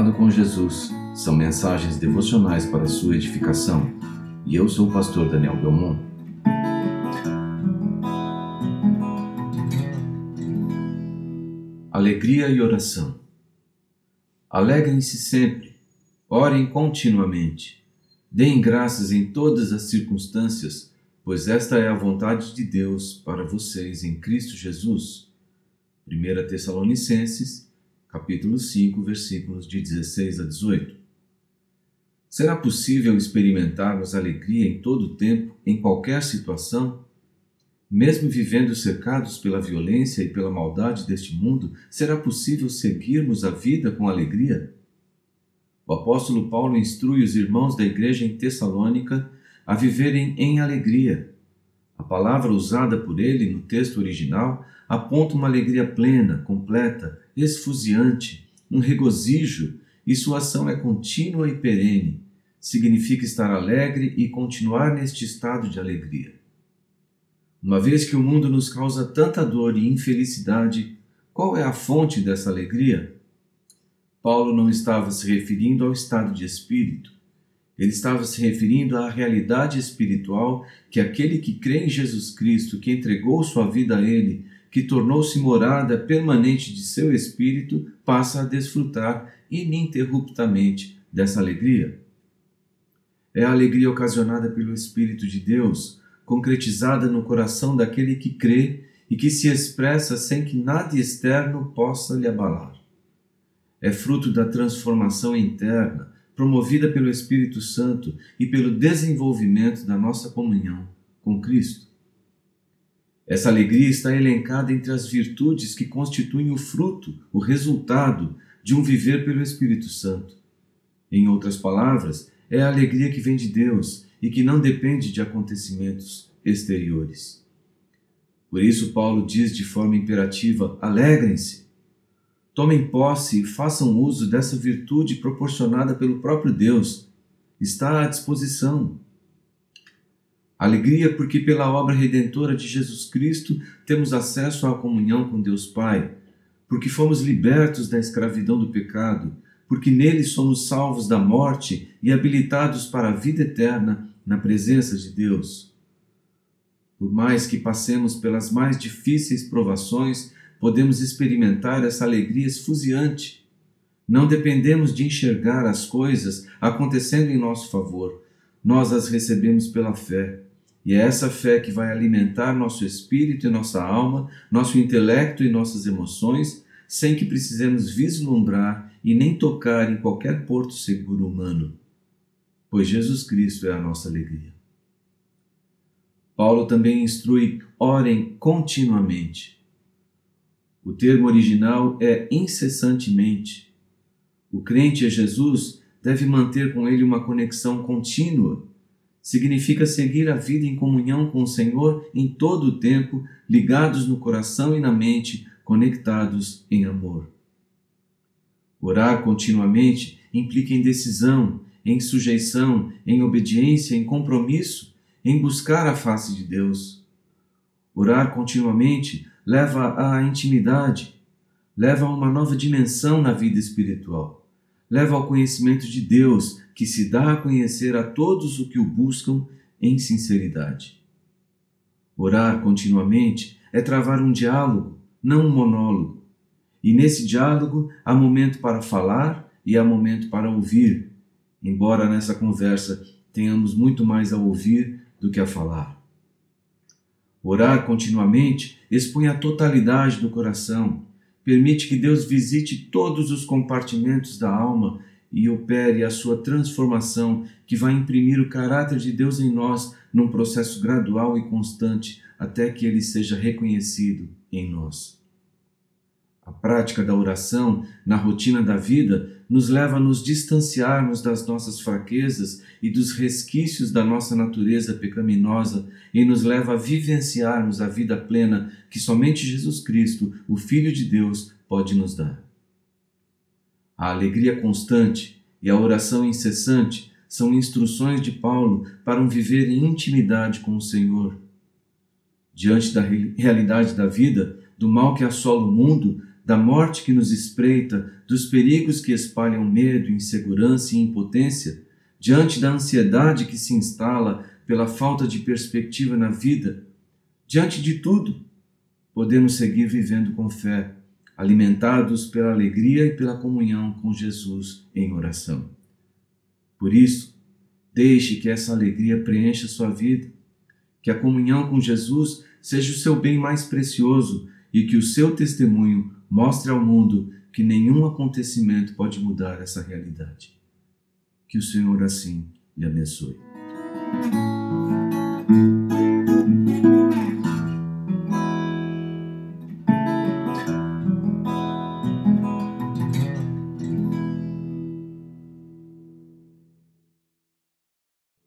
Conectado com Jesus são mensagens devocionais para sua edificação, e eu sou o pastor Daniel Belmont. Alegria e oração. Alegrem-se sempre, orem continuamente, deem graças em todas as circunstâncias, pois esta é a vontade de Deus para vocês em Cristo Jesus. 1 Tessalonicenses, capítulo 5, versículos de 16 a 18. Será possível experimentarmos alegria em todo o tempo, em qualquer situação? Mesmo vivendo cercados pela violência e pela maldade deste mundo, será possível seguirmos a vida com alegria? O apóstolo Paulo instrui os irmãos da igreja em Tessalônica a viverem em alegria. A palavra usada por ele no texto original aponta uma alegria plena, completa, esfuziante, um regozijo, e sua ação é contínua e perene. Significa estar alegre e continuar neste estado de alegria. Uma vez que o mundo nos causa tanta dor e infelicidade, qual é a fonte dessa alegria? Paulo não estava se referindo ao estado de espírito. Ele estava se referindo à realidade espiritual que aquele que crê em Jesus Cristo, que entregou sua vida a Ele, que tornou-se morada permanente de seu espírito, passa a desfrutar ininterruptamente dessa alegria. É a alegria ocasionada pelo Espírito de Deus, concretizada no coração daquele que crê e que se expressa sem que nada externo possa lhe abalar. É fruto da transformação interna, promovida pelo Espírito Santo e pelo desenvolvimento da nossa comunhão com Cristo. Essa alegria está elencada entre as virtudes que constituem o fruto, o resultado de um viver pelo Espírito Santo. Em outras palavras, é a alegria que vem de Deus e que não depende de acontecimentos exteriores. Por isso, Paulo diz de forma imperativa: alegrem-se. Tomem posse e façam uso dessa virtude proporcionada pelo próprio Deus. Está à disposição. Alegria porque pela obra redentora de Jesus Cristo temos acesso à comunhão com Deus Pai, porque fomos libertos da escravidão do pecado, porque nele somos salvos da morte e habilitados para a vida eterna na presença de Deus. Por mais que passemos pelas mais difíceis provações, podemos experimentar essa alegria esfuziante. Não dependemos de enxergar as coisas acontecendo em nosso favor. Nós as recebemos pela fé. E é essa fé que vai alimentar nosso espírito e nossa alma, nosso intelecto e nossas emoções, sem que precisemos vislumbrar e nem tocar em qualquer porto seguro humano. Pois Jesus Cristo é a nossa alegria. Paulo também instrui: orem continuamente. O termo original é incessantemente. O crente a Jesus deve manter com ele uma conexão contínua. Significa seguir a vida em comunhão com o Senhor em todo o tempo, ligados no coração e na mente, conectados em amor. Orar continuamente implica em decisão, em sujeição, em obediência, em compromisso, em buscar a face de Deus. Orar continuamente leva à intimidade, leva a uma nova dimensão na vida espiritual, leva ao conhecimento de Deus, que se dá a conhecer a todos os que o buscam em sinceridade. Orar continuamente é travar um diálogo, não um monólogo. E nesse diálogo há momento para falar e há momento para ouvir, embora nessa conversa tenhamos muito mais a ouvir do que a falar. Orar continuamente expõe a totalidade do coração, permite que Deus visite todos os compartimentos da alma e opere a sua transformação, que vai imprimir o caráter de Deus em nós num processo gradual e constante até que ele seja reconhecido em nós. A prática da oração na rotina da vida nos leva a nos distanciarmos das nossas fraquezas e dos resquícios da nossa natureza pecaminosa e nos leva a vivenciarmos a vida plena que somente Jesus Cristo, o Filho de Deus, pode nos dar. A alegria constante e a oração incessante são instruções de Paulo para um viver em intimidade com o Senhor. Diante da realidade da vida, do mal que assola o mundo, da morte que nos espreita, dos perigos que espalham medo, insegurança e impotência, diante da ansiedade que se instala pela falta de perspectiva na vida, diante de tudo, podemos seguir vivendo com fé, alimentados pela alegria e pela comunhão com Jesus em oração. Por isso, deixe que essa alegria preencha sua vida, que a comunhão com Jesus seja o seu bem mais precioso e que o seu testemunho mostre ao mundo que nenhum acontecimento pode mudar essa realidade. Que o Senhor assim lhe abençoe.